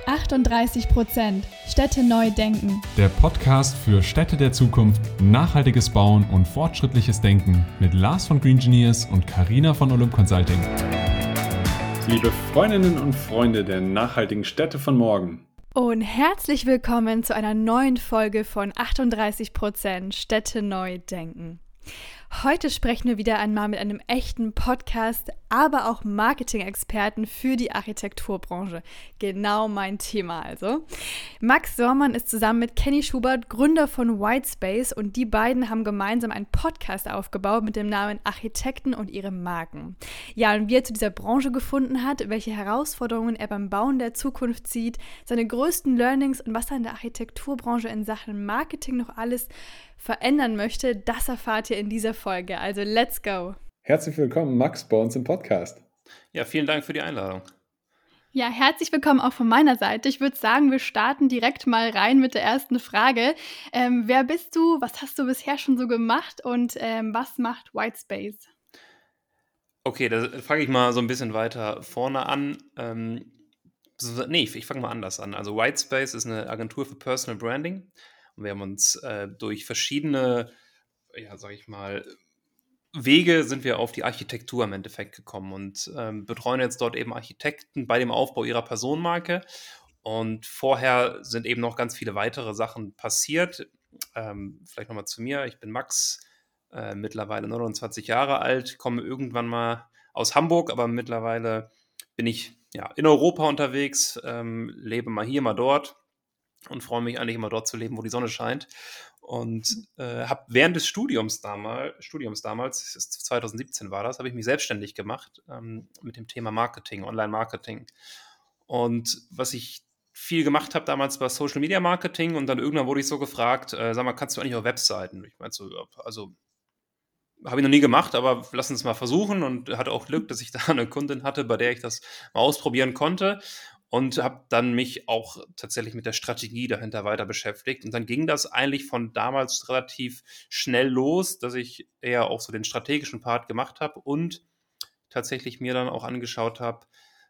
38%. Städte neu denken. Der Podcast für Städte der Zukunft, nachhaltiges Bauen und fortschrittliches Denken mit Lars von Green Engineers und Carina von Olymp Consulting. Liebe Freundinnen und Freunde der nachhaltigen Städte von morgen. Und herzlich willkommen zu einer neuen Folge von 38% Städte neu denken. Heute sprechen wir wieder einmal mit einem echten Podcast, aber auch Marketing-Experten für die Architekturbranche. Genau mein Thema also. Max Sormann ist zusammen mit Kenny Schubert Gründer von Whitespace und die beiden haben gemeinsam einen Podcast aufgebaut mit dem Namen Architekten und ihre Marken. Ja, und wie er zu dieser Branche gefunden hat, welche Herausforderungen er beim Bauen der Zukunft sieht, seine größten Learnings und was er in der Architekturbranche in Sachen Marketing noch alles verändern möchte, das erfahrt ihr in dieser Folge. Also let's go! Herzlich willkommen, Max, bei uns im Podcast. Ja, vielen Dank für die Einladung. Ja, herzlich willkommen auch von meiner Seite. Ich würde sagen, wir starten direkt mal rein mit der ersten Frage. Wer bist du? Was hast du bisher schon so gemacht? Und was macht Whitespace? Okay, da fange ich mal so ein bisschen weiter vorne an. Ich fange mal anders an. Also Whitespace ist eine Agentur für Personal Branding. Und wir haben uns durch verschiedene, Wege sind wir auf die Architektur im Endeffekt gekommen und betreuen jetzt dort eben Architekten bei dem Aufbau ihrer Personenmarke. Und vorher sind eben noch ganz viele weitere Sachen passiert. Vielleicht nochmal zu mir. Ich bin Max, mittlerweile 29 Jahre alt, komme irgendwann mal aus Hamburg, aber mittlerweile bin ich in Europa unterwegs, lebe mal hier, mal dort. Und freue mich eigentlich immer dort zu leben, wo die Sonne scheint. Und habe während des Studiums damals, 2017 war das, habe ich mich selbstständig gemacht mit dem Thema Marketing, Online-Marketing. Und was ich viel gemacht habe damals war Social Media Marketing und dann irgendwann wurde ich so gefragt, sag mal, kannst du eigentlich auch Webseiten? Ich meinte so, also habe ich noch nie gemacht, aber lass uns mal versuchen und hatte auch Glück, dass ich da eine Kundin hatte, bei der ich das mal ausprobieren konnte. Und habe dann mich auch tatsächlich mit der Strategie dahinter weiter beschäftigt. Und dann ging das eigentlich von damals relativ schnell los, dass ich eher auch so den strategischen Part gemacht habe und tatsächlich mir dann auch angeschaut habe,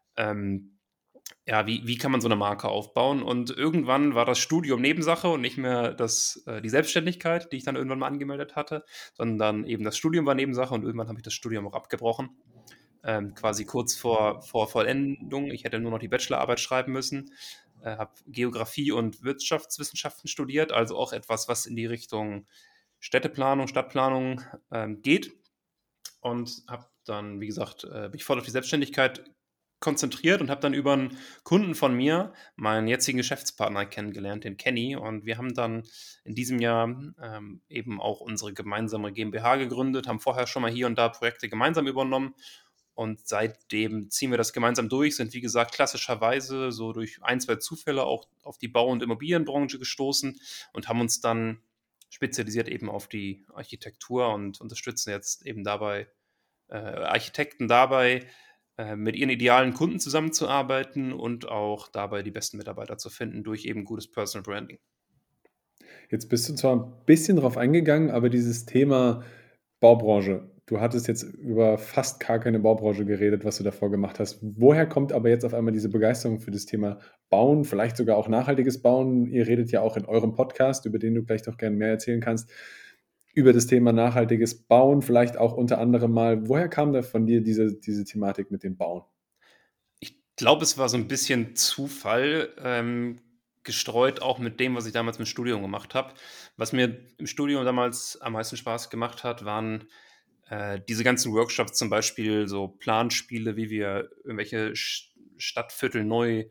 wie kann man so eine Marke aufbauen? Und irgendwann war das Studium Nebensache und nicht mehr die Selbstständigkeit, die ich dann irgendwann mal angemeldet hatte, sondern eben das Studium war Nebensache und irgendwann habe ich das Studium auch abgebrochen. Quasi kurz vor Vollendung. Ich hätte nur noch die Bachelorarbeit schreiben müssen, habe Geografie und Wirtschaftswissenschaften studiert, also auch etwas, was in die Richtung Städteplanung, Stadtplanung geht und habe dann, wie gesagt, mich voll auf die Selbstständigkeit konzentriert und habe dann über einen Kunden von mir meinen jetzigen Geschäftspartner kennengelernt, den Kenny, und wir haben dann in diesem Jahr eben auch unsere gemeinsame GmbH gegründet, haben vorher schon mal hier und da Projekte gemeinsam übernommen. Und seitdem ziehen wir das gemeinsam durch, sind wie gesagt klassischerweise so durch ein, zwei Zufälle auch auf die Bau- und Immobilienbranche gestoßen und haben uns dann spezialisiert eben auf die Architektur und unterstützen jetzt eben dabei Architekten dabei, mit ihren idealen Kunden zusammenzuarbeiten und auch dabei die besten Mitarbeiter zu finden durch eben gutes Personal Branding. Jetzt bist du zwar ein bisschen drauf eingegangen, aber dieses Thema Baubranche, du hattest jetzt über fast gar keine Baubranche geredet, was du davor gemacht hast. Woher kommt aber jetzt auf einmal diese Begeisterung für das Thema Bauen, vielleicht sogar auch nachhaltiges Bauen? Ihr redet ja auch in eurem Podcast, über den du gleich doch gerne mehr erzählen kannst, über das Thema nachhaltiges Bauen, vielleicht auch unter anderem mal. Woher kam da von dir diese Thematik mit dem Bauen? Ich glaube, es war so ein bisschen Zufall, gestreut auch mit dem, was ich damals im Studium gemacht habe. Was mir im Studium damals am meisten Spaß gemacht hat, waren diese ganzen Workshops, zum Beispiel so Planspiele, wie wir irgendwelche Stadtviertel neu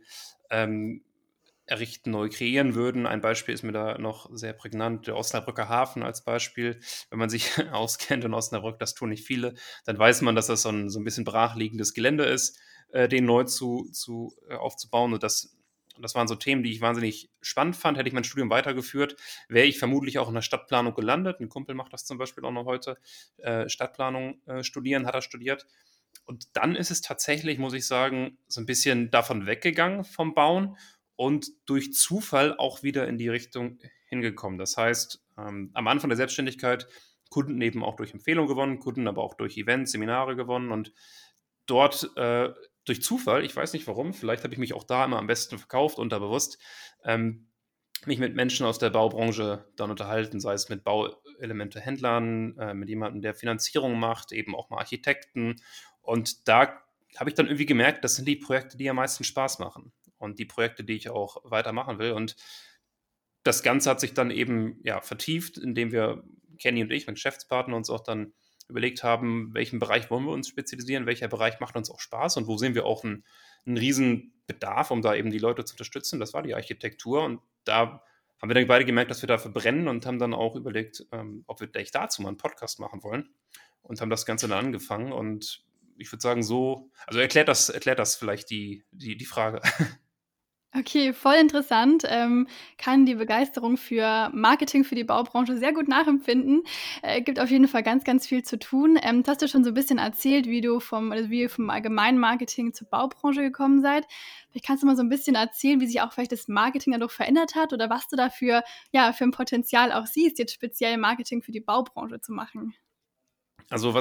errichten, neu kreieren würden. Ein Beispiel ist mir da noch sehr prägnant, der Osnabrücker Hafen als Beispiel. Wenn man sich auskennt in Osnabrück, das tun nicht viele, dann weiß man, dass das so ein bisschen brachliegendes Gelände ist, den neu aufzubauen. Und das waren so Themen, die ich wahnsinnig spannend fand. Hätte ich mein Studium weitergeführt, wäre ich vermutlich auch in der Stadtplanung gelandet. Ein Kumpel macht das zum Beispiel auch noch heute. Stadtplanung hat er studiert. Und dann ist es tatsächlich, muss ich sagen, so ein bisschen davon weggegangen vom Bauen und durch Zufall auch wieder in die Richtung hingekommen. Das heißt, am Anfang der Selbstständigkeit Kunden eben auch durch Empfehlung gewonnen, Kunden aber auch durch Events, Seminare gewonnen und dort durch Zufall, ich weiß nicht warum, vielleicht habe ich mich auch da immer am besten verkauft, unterbewusst, mich mit Menschen aus der Baubranche dann unterhalten, sei es mit Bauelemente-Händlern, mit jemandem, der Finanzierung macht, eben auch mal Architekten. Und da habe ich dann irgendwie gemerkt, das sind die Projekte, die am meisten Spaß machen und die Projekte, die ich auch weitermachen will. Und das Ganze hat sich dann eben vertieft, indem wir, Kenny und ich, mein Geschäftspartner, uns auch dann überlegt haben, welchen Bereich wollen wir uns spezialisieren, welcher Bereich macht uns auch Spaß und wo sehen wir auch einen riesen Bedarf, um da eben die Leute zu unterstützen. Das war die Architektur und da haben wir dann beide gemerkt, dass wir dafür brennen und haben dann auch überlegt, ob wir vielleicht dazu mal einen Podcast machen wollen und haben das Ganze dann angefangen und ich würde sagen also erklärt das vielleicht die Frage. Okay, voll interessant. Kann die Begeisterung für Marketing für die Baubranche sehr gut nachempfinden. Gibt auf jeden Fall ganz, ganz viel zu tun. Du hast ja schon so ein bisschen erzählt, wie ihr vom allgemeinen Marketing zur Baubranche gekommen seid. Vielleicht kannst du mal so ein bisschen erzählen, wie sich auch vielleicht das Marketing dadurch verändert hat oder was du dafür für ein Potenzial auch siehst, jetzt speziell Marketing für die Baubranche zu machen. Also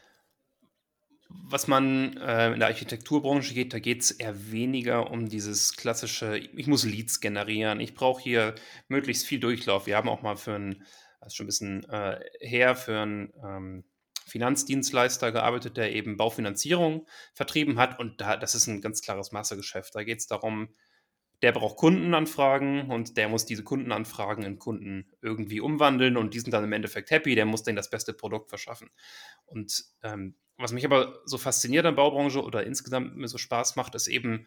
was man in der Architekturbranche geht, da geht es eher weniger um dieses klassische, ich muss Leads generieren, ich brauche hier möglichst viel Durchlauf. Wir haben auch mal das ist schon ein bisschen her, für einen Finanzdienstleister gearbeitet, der eben Baufinanzierung vertrieben hat und das ist ein ganz klares Massegeschäft. Da geht es darum, der braucht Kundenanfragen und der muss diese Kundenanfragen in Kunden irgendwie umwandeln und die sind dann im Endeffekt happy, der muss denen das beste Produkt verschaffen. Und was mich aber so fasziniert an Baubranche oder insgesamt mir so Spaß macht, ist eben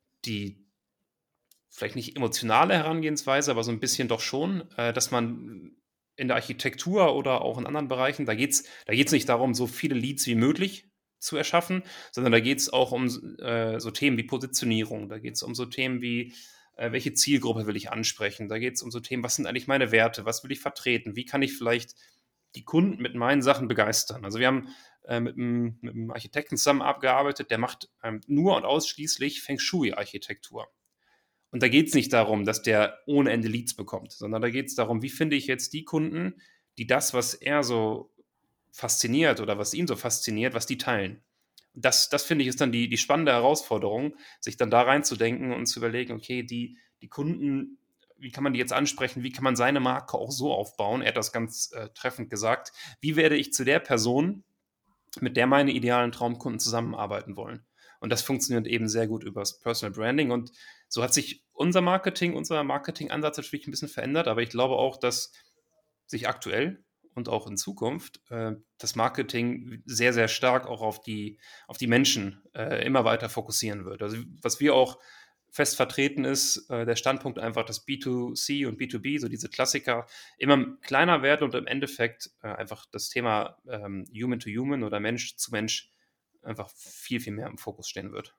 die vielleicht nicht emotionale Herangehensweise, aber so ein bisschen doch schon, dass man in der Architektur oder auch in anderen Bereichen, da geht's nicht darum, so viele Leads wie möglich zu erschaffen, sondern da geht es auch um so Themen wie Positionierung, da geht es um so Themen wie, welche Zielgruppe will ich ansprechen, da geht es um so Themen, was sind eigentlich meine Werte, was will ich vertreten, wie kann ich vielleicht die Kunden mit meinen Sachen begeistern. Also wir haben mit einem Architekten zusammengearbeitet, der macht nur und ausschließlich Feng Shui-Architektur. Und da geht es nicht darum, dass der ohne Ende Leads bekommt, sondern da geht es darum, wie finde ich jetzt die Kunden, die das, was er so fasziniert oder was ihn so fasziniert, was die teilen. Und das finde ich, ist dann die spannende Herausforderung, sich dann da reinzudenken und zu überlegen, okay, die Kunden, wie kann man die jetzt ansprechen, wie kann man seine Marke auch so aufbauen? Er hat das ganz treffend gesagt. Wie werde ich zu der Person, mit der meine idealen Traumkunden zusammenarbeiten wollen? Und das funktioniert eben sehr gut über das Personal Branding. Und so hat sich unser Marketingansatz natürlich ein bisschen verändert, aber ich glaube auch, dass sich aktuell und auch in Zukunft das Marketing sehr, sehr stark auch auf die Menschen immer weiter fokussieren wird. Also was wir auch fest vertreten ist, der Standpunkt einfach, dass B2C und B2B, so diese Klassiker, immer kleiner werden und im Endeffekt einfach das Thema Human to Human oder Mensch zu Mensch einfach viel, viel mehr im Fokus stehen wird.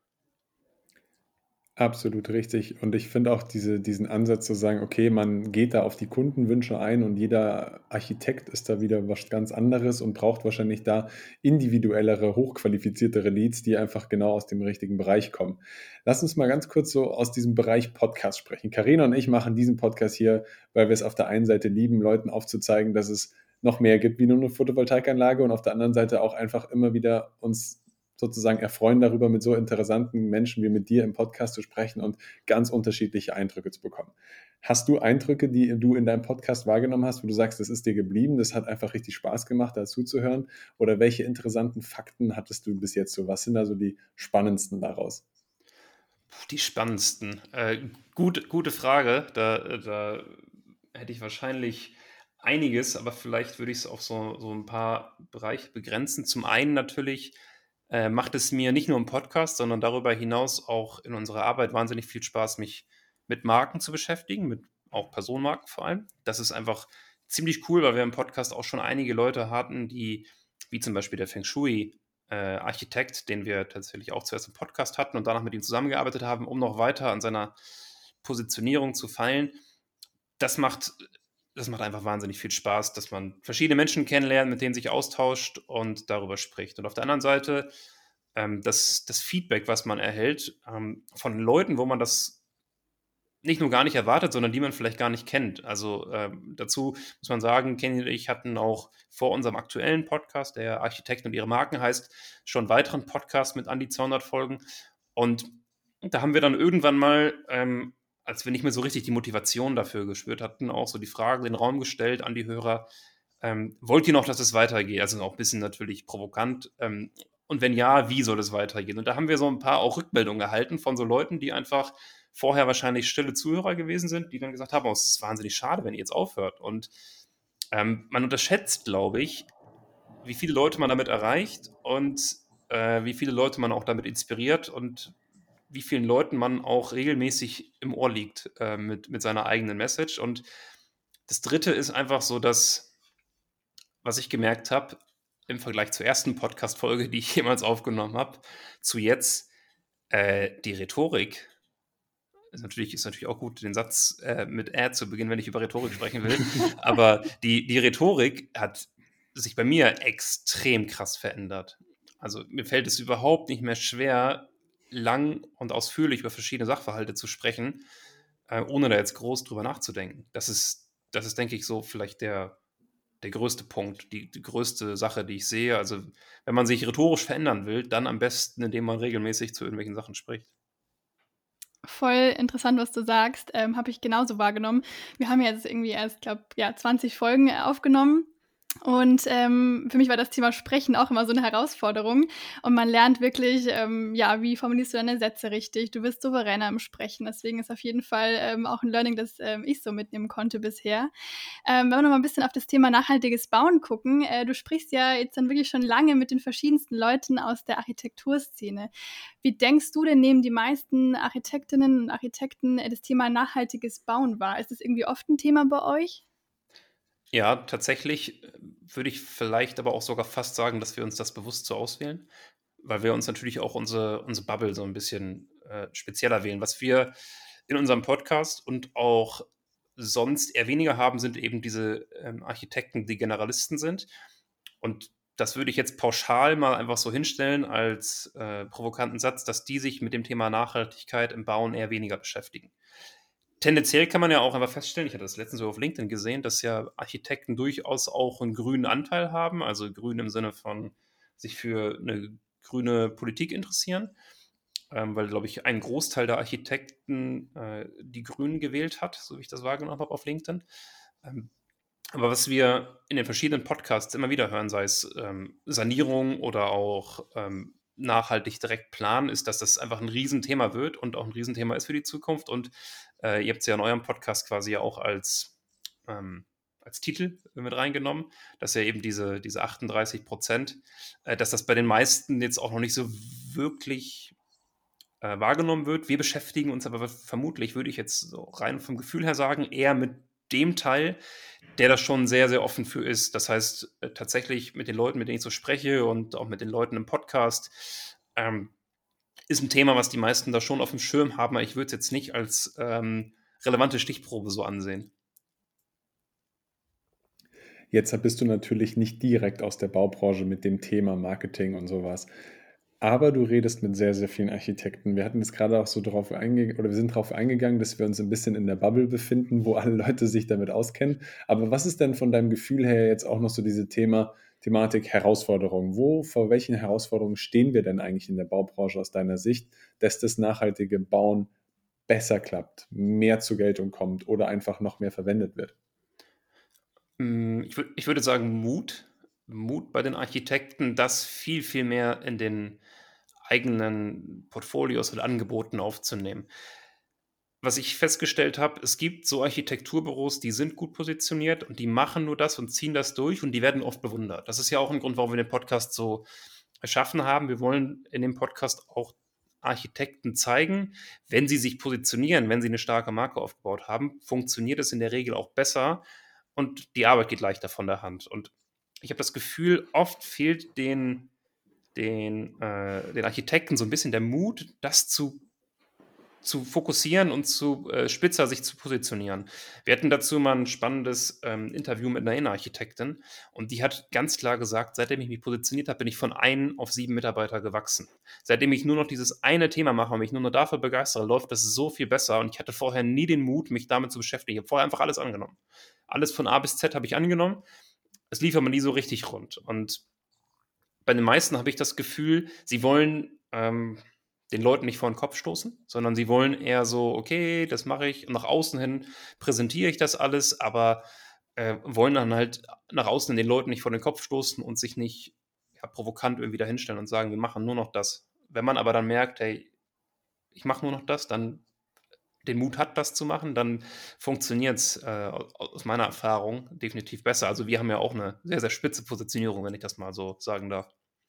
Absolut richtig. Und ich finde auch diesen Ansatz zu sagen, okay, man geht da auf die Kundenwünsche ein und jeder Architekt ist da wieder was ganz anderes und braucht wahrscheinlich da individuellere, hochqualifiziertere Leads, die einfach genau aus dem richtigen Bereich kommen. Lass uns mal ganz kurz so aus diesem Bereich Podcast sprechen. Carina und ich machen diesen Podcast hier, weil wir es auf der einen Seite lieben, Leuten aufzuzeigen, dass es noch mehr gibt wie nur eine Photovoltaikanlage und auf der anderen Seite auch einfach immer wieder uns sozusagen erfreuen darüber, mit so interessanten Menschen wie mit dir im Podcast zu sprechen und ganz unterschiedliche Eindrücke zu bekommen. Hast du Eindrücke, die du in deinem Podcast wahrgenommen hast, wo du sagst, das ist dir geblieben, das hat einfach richtig Spaß gemacht, dazu zu hören? Oder welche interessanten Fakten hattest du bis jetzt so? Was sind da so die spannendsten daraus? Die spannendsten. Gute Frage. Da hätte ich wahrscheinlich einiges, aber vielleicht würde ich es auf so ein paar Bereiche begrenzen. Zum einen natürlich macht es mir nicht nur im Podcast, sondern darüber hinaus auch in unserer Arbeit wahnsinnig viel Spaß, mich mit Marken zu beschäftigen, mit auch Personenmarken vor allem. Das ist einfach ziemlich cool, weil wir im Podcast auch schon einige Leute hatten, die, wie zum Beispiel der Feng Shui Architekt, den wir tatsächlich auch zuerst im Podcast hatten und danach mit ihm zusammengearbeitet haben, um noch weiter an seiner Positionierung zu feilen. Das macht einfach wahnsinnig viel Spaß, dass man verschiedene Menschen kennenlernt, mit denen sich austauscht und darüber spricht. Und auf der anderen Seite das Feedback, was man erhält von Leuten, wo man das nicht nur gar nicht erwartet, sondern die man vielleicht gar nicht kennt. Also dazu muss man sagen, Kenny und ich hatten auch vor unserem aktuellen Podcast, der Architekten und ihre Marken heißt, schon einen weiteren Podcast mit an die 200 Folgen. Und da haben wir dann irgendwann mal, als wir nicht mehr so richtig die Motivation dafür gespürt hatten, auch so die Frage in den Raum gestellt an die Hörer, wollt ihr noch, dass es weitergeht? Also auch ein bisschen natürlich provokant. Und wenn ja, wie soll es weitergehen? Und da haben wir so ein paar auch Rückmeldungen erhalten von so Leuten, die einfach vorher wahrscheinlich stille Zuhörer gewesen sind, die dann gesagt haben, oh, es ist wahnsinnig schade, wenn ihr jetzt aufhört. Und man unterschätzt, glaube ich, wie viele Leute man damit erreicht und wie viele Leute man auch damit inspiriert und wie vielen Leuten man auch regelmäßig im Ohr liegt mit seiner eigenen Message. Und das Dritte ist einfach so, dass, was ich gemerkt habe, im Vergleich zur ersten Podcast-Folge, die ich jemals aufgenommen habe, zu jetzt, die Rhetorik ist natürlich auch gut, den Satz mit zu beginnen, wenn ich über Rhetorik sprechen will. Aber die Rhetorik hat sich bei mir extrem krass verändert. Also mir fällt es überhaupt nicht mehr schwer, lang und ausführlich über verschiedene Sachverhalte zu sprechen, ohne da jetzt groß drüber nachzudenken. Das ist, denke ich, so vielleicht der größte Punkt, die größte Sache, die ich sehe. Also wenn man sich rhetorisch verändern will, dann am besten, indem man regelmäßig zu irgendwelchen Sachen spricht. Voll interessant, was du sagst. Habe ich genauso wahrgenommen. Wir haben jetzt irgendwie erst, glaube ja, 20 Folgen aufgenommen. Und für mich war das Thema Sprechen auch immer so eine Herausforderung. Und man lernt wirklich, wie formulierst du deine Sätze richtig? Du wirst souveräner im Sprechen. Deswegen ist auf jeden Fall auch ein Learning, das ich so mitnehmen konnte bisher. Wenn wir noch mal ein bisschen auf das Thema nachhaltiges Bauen gucken, du sprichst ja jetzt dann wirklich schon lange mit den verschiedensten Leuten aus der Architekturszene. Wie denkst du denn, nehmen die meisten Architektinnen und Architekten das Thema nachhaltiges Bauen wahr? Ist das irgendwie oft ein Thema bei euch? Ja, tatsächlich würde ich vielleicht aber auch sogar fast sagen, dass wir uns das bewusst so auswählen, weil wir uns natürlich auch unsere Bubble so ein bisschen spezieller wählen. Was wir in unserem Podcast und auch sonst eher weniger haben, sind eben diese Architekten, die Generalisten sind. Und das würde ich jetzt pauschal mal einfach so hinstellen als provokanten Satz, dass die sich mit dem Thema Nachhaltigkeit im Bauen eher weniger beschäftigen. Tendenziell kann man ja auch einfach feststellen, ich hatte das letztens so auf LinkedIn gesehen, dass ja Architekten durchaus auch einen grünen Anteil haben, also grün im Sinne von sich für eine grüne Politik interessieren, weil, glaube ich, ein Großteil der Architekten die Grünen gewählt hat, so wie ich das wahrgenommen habe auf LinkedIn. Aber was wir in den verschiedenen Podcasts immer wieder hören, sei es Sanierung oder auch nachhaltig direkt planen, ist, dass das einfach ein Riesenthema wird und auch ein Riesenthema ist für die Zukunft. Und ihr habt es ja in eurem Podcast quasi ja auch als Titel mit reingenommen, dass ja eben diese 38%, dass das bei den meisten jetzt auch noch nicht so wirklich wahrgenommen wird. Wir beschäftigen uns aber vermutlich, würde ich jetzt so rein vom Gefühl her sagen, eher mit dem Teil, der da schon sehr, sehr offen für ist. Das heißt, tatsächlich mit den Leuten, mit denen ich so spreche und auch mit den Leuten im Podcast, ist ein Thema, was die meisten da schon auf dem Schirm haben, aber ich würde es jetzt nicht als relevante Stichprobe so ansehen. Jetzt bist du natürlich nicht direkt aus der Baubranche mit dem Thema Marketing und sowas. Aber du redest mit sehr, sehr vielen Architekten. Wir hatten jetzt gerade auch so drauf eingegangen, oder wir sind darauf eingegangen, dass wir uns ein bisschen in der Bubble befinden, wo alle Leute sich damit auskennen. Aber was ist denn von deinem Gefühl her jetzt auch noch so diese Thematik Herausforderungen? Vor welchen Herausforderungen stehen wir denn eigentlich in der Baubranche aus deiner Sicht, dass das nachhaltige Bauen besser klappt, mehr zur Geltung kommt oder einfach noch mehr verwendet wird? Ich würde sagen Mut bei den Architekten, das viel, viel mehr in den eigenen Portfolios und Angeboten aufzunehmen. Was ich festgestellt habe, es gibt so Architekturbüros, die sind gut positioniert und die machen nur das und ziehen das durch und die werden oft bewundert. Das ist ja auch ein Grund, warum wir den Podcast so erschaffen haben. Wir wollen in dem Podcast auch Architekten zeigen, wenn sie sich positionieren, wenn sie eine starke Marke aufgebaut haben, funktioniert es in der Regel auch besser und die Arbeit geht leichter von der Hand. Und ich habe das Gefühl, oft fehlt den Architekten so ein bisschen der Mut, das zu fokussieren und spitzer sich zu positionieren. Wir hatten dazu mal ein spannendes Interview mit einer Innenarchitektin und die hat ganz klar gesagt, seitdem ich mich positioniert habe, bin ich von 1 auf 7 Mitarbeiter gewachsen. Seitdem ich nur noch dieses eine Thema mache und mich nur noch dafür begeistere, läuft das so viel besser und ich hatte vorher nie den Mut, mich damit zu beschäftigen. Ich habe vorher einfach alles angenommen. Alles von A bis Z habe ich angenommen. Es lief aber nie so richtig rund. Und bei den meisten habe ich das Gefühl, sie wollen den Leuten nicht vor den Kopf stoßen, sondern sie wollen eher so, okay, das mache ich, und nach außen hin präsentiere ich das alles, aber wollen dann halt nach außen den Leuten nicht vor den Kopf stoßen und sich nicht provokant irgendwie dahinstellen und sagen, wir machen nur noch das. Wenn man aber dann merkt, hey, ich mache nur noch das, dann den Mut hat, das zu machen, dann funktioniert es aus meiner Erfahrung definitiv besser. Also wir haben ja auch eine sehr, sehr spitze Positionierung, wenn ich das mal so sagen darf.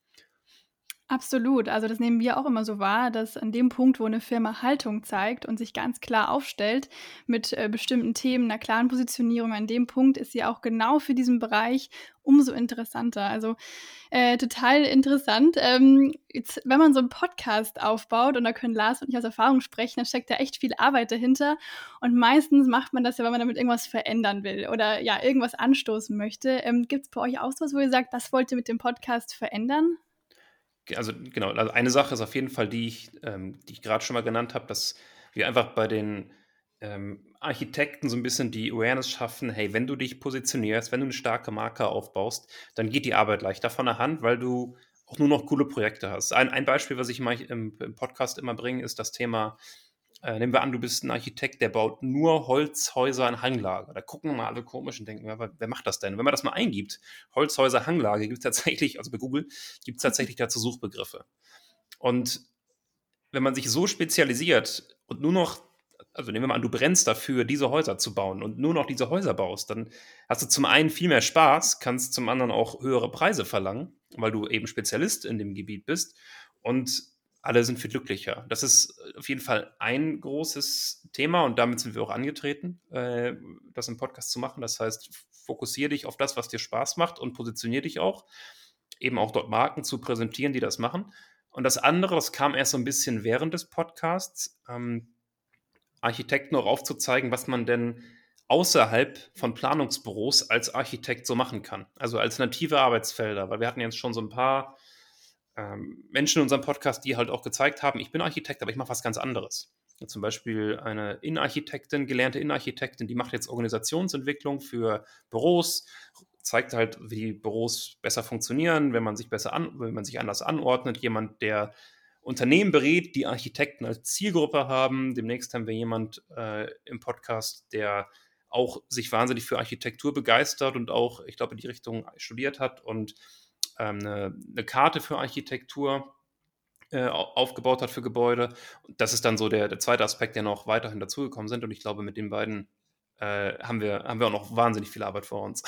Absolut. Also das nehmen wir auch immer so wahr, dass an dem Punkt, wo eine Firma Haltung zeigt und sich ganz klar aufstellt mit bestimmten Themen, einer klaren Positionierung, an dem Punkt ist sie auch genau für diesen Bereich umso interessanter. Also total interessant. Jetzt, wenn man so einen Podcast aufbaut, und da können Lars und ich aus Erfahrung sprechen, dann steckt da echt viel Arbeit dahinter. Und meistens macht man das ja, weil man damit irgendwas verändern will oder ja, irgendwas anstoßen möchte. Gibt es bei euch auch sowas, wo ihr sagt, was wollt ihr mit dem Podcast verändern? Also genau, also eine Sache ist auf jeden Fall, die ich gerade schon mal genannt habe, dass wir einfach bei den Architekten so ein bisschen die Awareness schaffen, hey, wenn du dich positionierst, wenn du eine starke Marke aufbaust, dann geht die Arbeit leichter von der Hand, weil du auch nur noch coole Projekte hast. Ein Beispiel, was ich mal im Podcast immer bringe, ist das Thema, nehmen wir an, du bist ein Architekt, der baut nur Holzhäuser in Hanglage. Da gucken mal alle komisch und denken, wer macht das denn? Wenn man das mal eingibt, Holzhäuser Hanglage, gibt es tatsächlich, also bei Google, gibt es tatsächlich dazu Suchbegriffe. Und wenn man sich so spezialisiert und nur noch, also nehmen wir mal an, du brennst dafür, diese Häuser zu bauen und nur noch diese Häuser baust, dann hast du zum einen viel mehr Spaß, kannst zum anderen auch höhere Preise verlangen, weil du eben Spezialist in dem Gebiet bist und alle sind viel glücklicher. Das ist auf jeden Fall ein großes Thema und damit sind wir auch angetreten, das im Podcast zu machen. Das heißt, fokussiere dich auf das, was dir Spaß macht und positioniere dich auch, eben auch dort Marken zu präsentieren, die das machen. Und das andere, das kam erst so ein bisschen während des Podcasts, Architekten auch aufzuzeigen, was man denn außerhalb von Planungsbüros als Architekt so machen kann. Also alternative Arbeitsfelder, weil wir hatten jetzt schon so ein paar Menschen in unserem Podcast, die halt auch gezeigt haben, ich bin Architekt, aber ich mache was ganz anderes. Ja, zum Beispiel eine Innenarchitektin, gelernte Innenarchitektin, die macht jetzt Organisationsentwicklung für Büros, zeigt halt, wie die Büros besser funktionieren, wenn man sich wenn man sich anders anordnet. Jemand, der Unternehmen berät, die Architekten als Zielgruppe haben. Demnächst haben wir jemand im Podcast, der auch sich wahnsinnig für Architektur begeistert und auch, ich glaube, in die Richtung studiert hat und eine Karte für Architektur aufgebaut hat für Gebäude. Und das ist dann so der zweite Aspekt, der noch weiterhin dazugekommen sind. Und ich glaube, mit den beiden haben wir auch noch wahnsinnig viel Arbeit vor uns.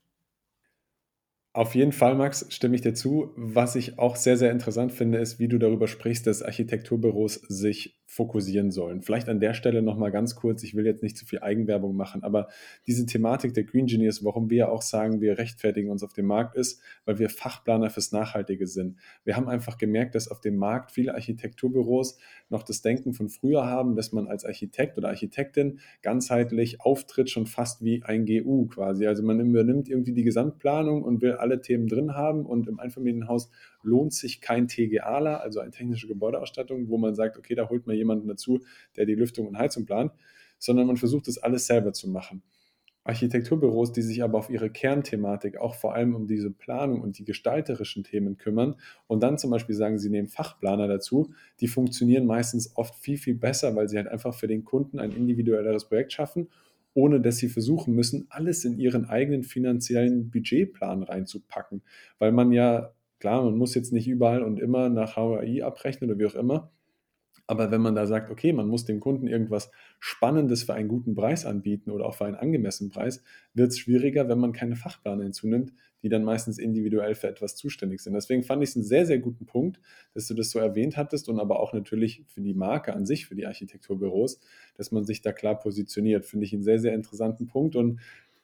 Auf jeden Fall, Max, stimme ich dir zu. Was ich auch sehr, sehr interessant finde, ist, wie du darüber sprichst, dass Architekturbüros sich fokussieren sollen. Vielleicht an der Stelle nochmal ganz kurz, ich will jetzt nicht zu viel Eigenwerbung machen, aber diese Thematik der Green Engineers, warum wir ja auch sagen, wir rechtfertigen uns auf dem Markt, ist, weil wir Fachplaner fürs Nachhaltige sind. Wir haben einfach gemerkt, dass auf dem Markt viele Architekturbüros noch das Denken von früher haben, dass man als Architekt oder Architektin ganzheitlich auftritt, schon fast wie ein GU quasi. Also man übernimmt irgendwie die Gesamtplanung und will alle Themen drin haben, und im Einfamilienhaus lohnt sich kein TGAler, also eine technische Gebäudeausstattung, wo man sagt, okay, da holt man jemanden dazu, der die Lüftung und Heizung plant, sondern man versucht das alles selber zu machen. Architekturbüros, die sich aber auf ihre Kernthematik auch vor allem um diese Planung und die gestalterischen Themen kümmern und dann zum Beispiel sagen, sie nehmen Fachplaner dazu, die funktionieren meistens oft viel, viel besser, weil sie halt einfach für den Kunden ein individuelleres Projekt schaffen, ohne dass sie versuchen müssen, alles in ihren eigenen finanziellen Budgetplan reinzupacken. Weil man ja, klar, man muss jetzt nicht überall und immer nach HOI abrechnen oder wie auch immer, aber wenn man da sagt, okay, man muss dem Kunden irgendwas Spannendes für einen guten Preis anbieten oder auch für einen angemessenen Preis, wird es schwieriger, wenn man keine Fachplaner hinzunimmt, die dann meistens individuell für etwas zuständig sind. Deswegen fand ich es einen sehr, sehr guten Punkt, dass du das so erwähnt hattest, und aber auch natürlich für die Marke an sich, für die Architekturbüros, dass man sich da klar positioniert. Finde ich einen sehr, sehr interessanten Punkt und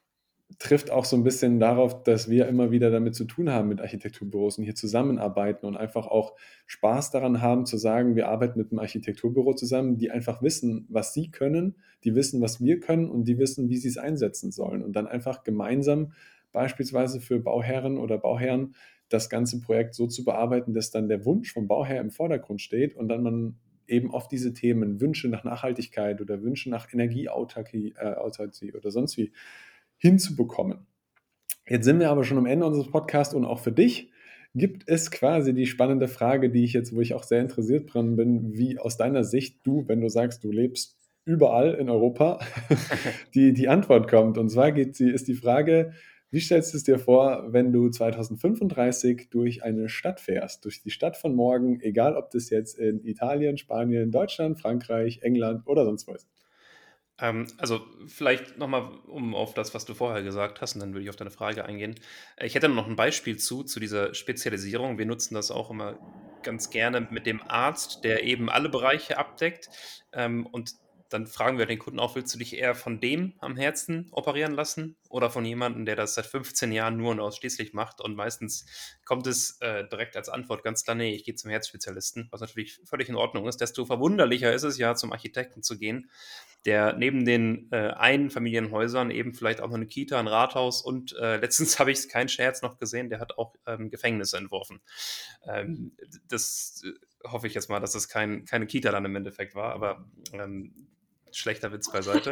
trifft auch so ein bisschen darauf, dass wir immer wieder damit zu tun haben mit Architekturbüros und hier zusammenarbeiten und einfach auch Spaß daran haben zu sagen, wir arbeiten mit einem Architekturbüro zusammen, die einfach wissen, was sie können, die wissen, was wir können, und die wissen, wie sie es einsetzen sollen, und dann einfach gemeinsam beispielsweise für Bauherren oder Bauherren das ganze Projekt so zu bearbeiten, dass dann der Wunsch vom Bauherr im Vordergrund steht und dann man eben auf diese Themen, Wünsche nach Nachhaltigkeit oder Wünsche nach Energieautarkie oder sonst wie hinzubekommen. Jetzt sind wir aber schon am Ende unseres Podcasts, und auch für dich gibt es quasi die spannende Frage, wo ich auch sehr interessiert dran bin, wie aus deiner Sicht wenn du sagst, du lebst überall in Europa, die Antwort kommt. Und zwar ist die Frage, wie stellst du es dir vor, wenn du 2035 durch eine Stadt fährst, durch die Stadt von morgen, egal ob das jetzt in Italien, Spanien, Deutschland, Frankreich, England oder sonst wo ist? Also vielleicht nochmal, um auf das, was du vorher gesagt hast, und dann würde ich auf deine Frage eingehen. Ich hätte noch ein Beispiel zu dieser Spezialisierung. Wir nutzen das auch immer ganz gerne mit dem Arzt, der eben alle Bereiche abdeckt. Und dann fragen wir den Kunden auch, willst du dich eher von dem am Herzen operieren lassen oder von jemandem, der das seit 15 Jahren nur und ausschließlich macht? Und meistens kommt es direkt als Antwort ganz klar, nee, ich gehe zum Herzspezialisten, was natürlich völlig in Ordnung ist. Desto verwunderlicher ist es ja, zum Architekten zu gehen, der neben den Einfamilienhäusern eben vielleicht auch noch eine Kita, ein Rathaus und letztens habe ich es, kein Scherz, noch gesehen, der hat auch Gefängnisse entworfen. Das hoffe ich jetzt mal, dass es keine Kita dann im Endeffekt war, aber schlechter Witz beiseite.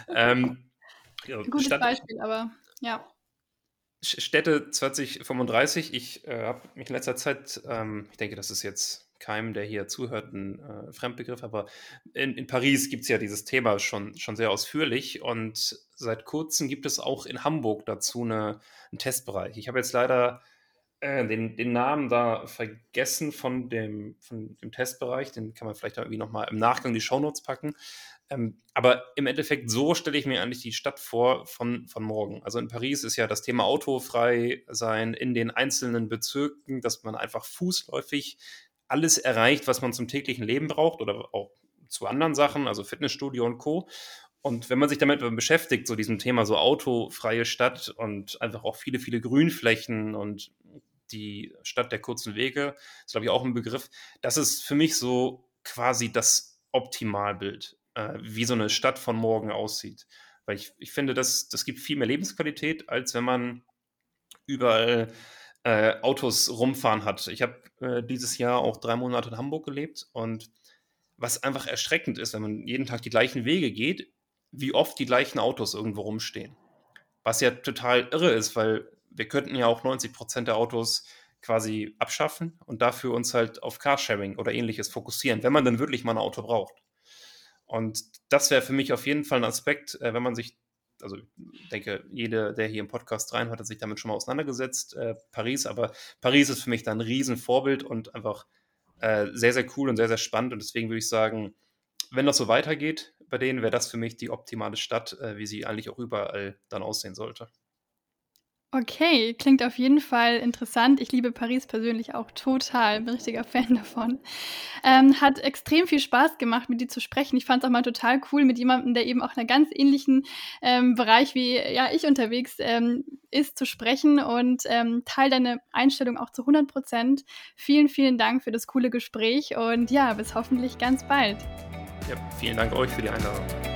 Gutes Beispiel, aber ja. Städte 2035, ich habe mich in letzter Zeit, ich denke, das ist jetzt keinem, der hier zuhört, ein Fremdbegriff, aber in Paris gibt es ja dieses Thema schon sehr ausführlich und seit kurzem gibt es auch in Hamburg dazu einen Testbereich. Ich habe jetzt leider den Namen da vergessen von dem Testbereich, den kann man vielleicht irgendwie nochmal im Nachgang in die Shownotes packen. Aber im Endeffekt, so stelle ich mir eigentlich die Stadt vor von morgen. Also in Paris ist ja das Thema autofrei sein in den einzelnen Bezirken, dass man einfach fußläufig alles erreicht, was man zum täglichen Leben braucht oder auch zu anderen Sachen, also Fitnessstudio und Co. Und wenn man sich damit beschäftigt, so diesem Thema so autofreie Stadt und einfach auch viele, viele Grünflächen und die Stadt der kurzen Wege, ist glaube ich auch ein Begriff, das ist für mich so quasi das Optimalbild, wie so eine Stadt von morgen aussieht. Weil ich finde, das gibt viel mehr Lebensqualität, als wenn man überall Autos rumfahren hat. Ich habe dieses Jahr auch 3 Monate in Hamburg gelebt und was einfach erschreckend ist, wenn man jeden Tag die gleichen Wege geht, wie oft die gleichen Autos irgendwo rumstehen. Was ja total irre ist, weil wir könnten ja auch 90% der Autos quasi abschaffen und dafür uns halt auf Carsharing oder ähnliches fokussieren, wenn man dann wirklich mal ein Auto braucht. Und das wäre für mich auf jeden Fall ein Aspekt, wenn man sich, also ich denke, jeder, der hier im Podcast reinhört, hat sich damit schon mal auseinandergesetzt, Paris, aber Paris ist für mich da ein Riesenvorbild und einfach sehr, sehr cool und sehr, sehr spannend und deswegen würde ich sagen, wenn das so weitergeht, bei denen wäre das für mich die optimale Stadt, wie sie eigentlich auch überall dann aussehen sollte. Okay, klingt auf jeden Fall interessant. Ich liebe Paris persönlich auch total, bin richtiger Fan davon. Hat extrem viel Spaß gemacht, mit dir zu sprechen. Ich fand es auch mal total cool, mit jemandem, der eben auch in einem ganz ähnlichen Bereich wie ich unterwegs ist, zu sprechen und teile deine Einstellung auch zu 100%. Vielen, vielen Dank für das coole Gespräch und ja, bis hoffentlich ganz bald. Ja, vielen Dank euch für die Einladung.